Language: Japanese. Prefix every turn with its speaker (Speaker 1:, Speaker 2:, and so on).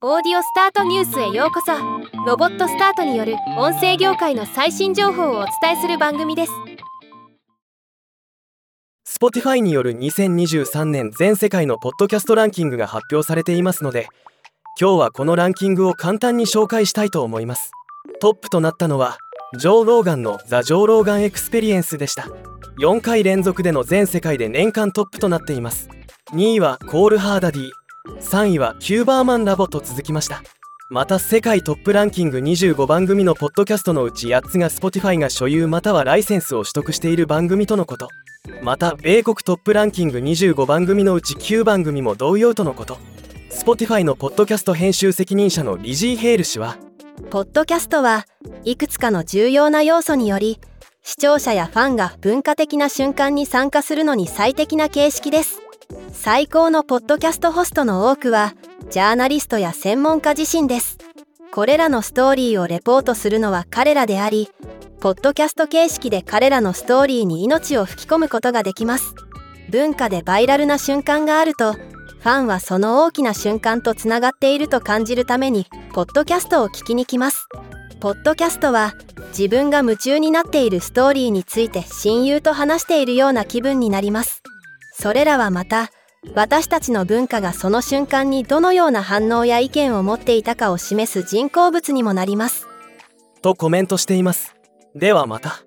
Speaker 1: オーディオスタートニュースへようこそ。ロボットスタートによる音声業界の最新情報をお伝えする番組です。
Speaker 2: Spotify による2023年全世界のポッドキャストランキングが発表されていますので、今日はこのランキングを簡単に紹介したいと思います。トップとなったのはジョー・ローガンのザ・ジョー・ローガン・エクスペリエンスでした。4回連続での全世界で年間トップとなっています。2位はコール・ハーダディ、3位はキューバーマンラボと続きました。また世界トップランキング25番組のポッドキャストのうち8つが Spotify が所有またはライセンスを取得している番組とのこと。また米国トップランキング25番組のうち9番組も同様とのこと。 Spotify のポッドキャスト編集責任者のリジー・ヘール氏は、
Speaker 1: ポッドキャストはいくつかの重要な要素により、視聴者やファンが文化的な瞬間に参加するのに最適な形式です。最高のポッドキャストホストの多くはジャーナリストや専門家自身です。これらのストーリーをレポートするのは彼らであり、ポッドキャスト形式で彼らのストーリーに命を吹き込むことができます。文化でバイラルな瞬間があると、ファンはその大きな瞬間とつながっていると感じるためにポッドキャストを聞きに来ます。ポッドキャストは自分が夢中になっているストーリーについて親友と話しているような気分になります。それらはまた私たちの文化がその瞬間にどのような反応や意見を持っていたかを示す人工物にもなります。
Speaker 2: とコメントしています。ではまた。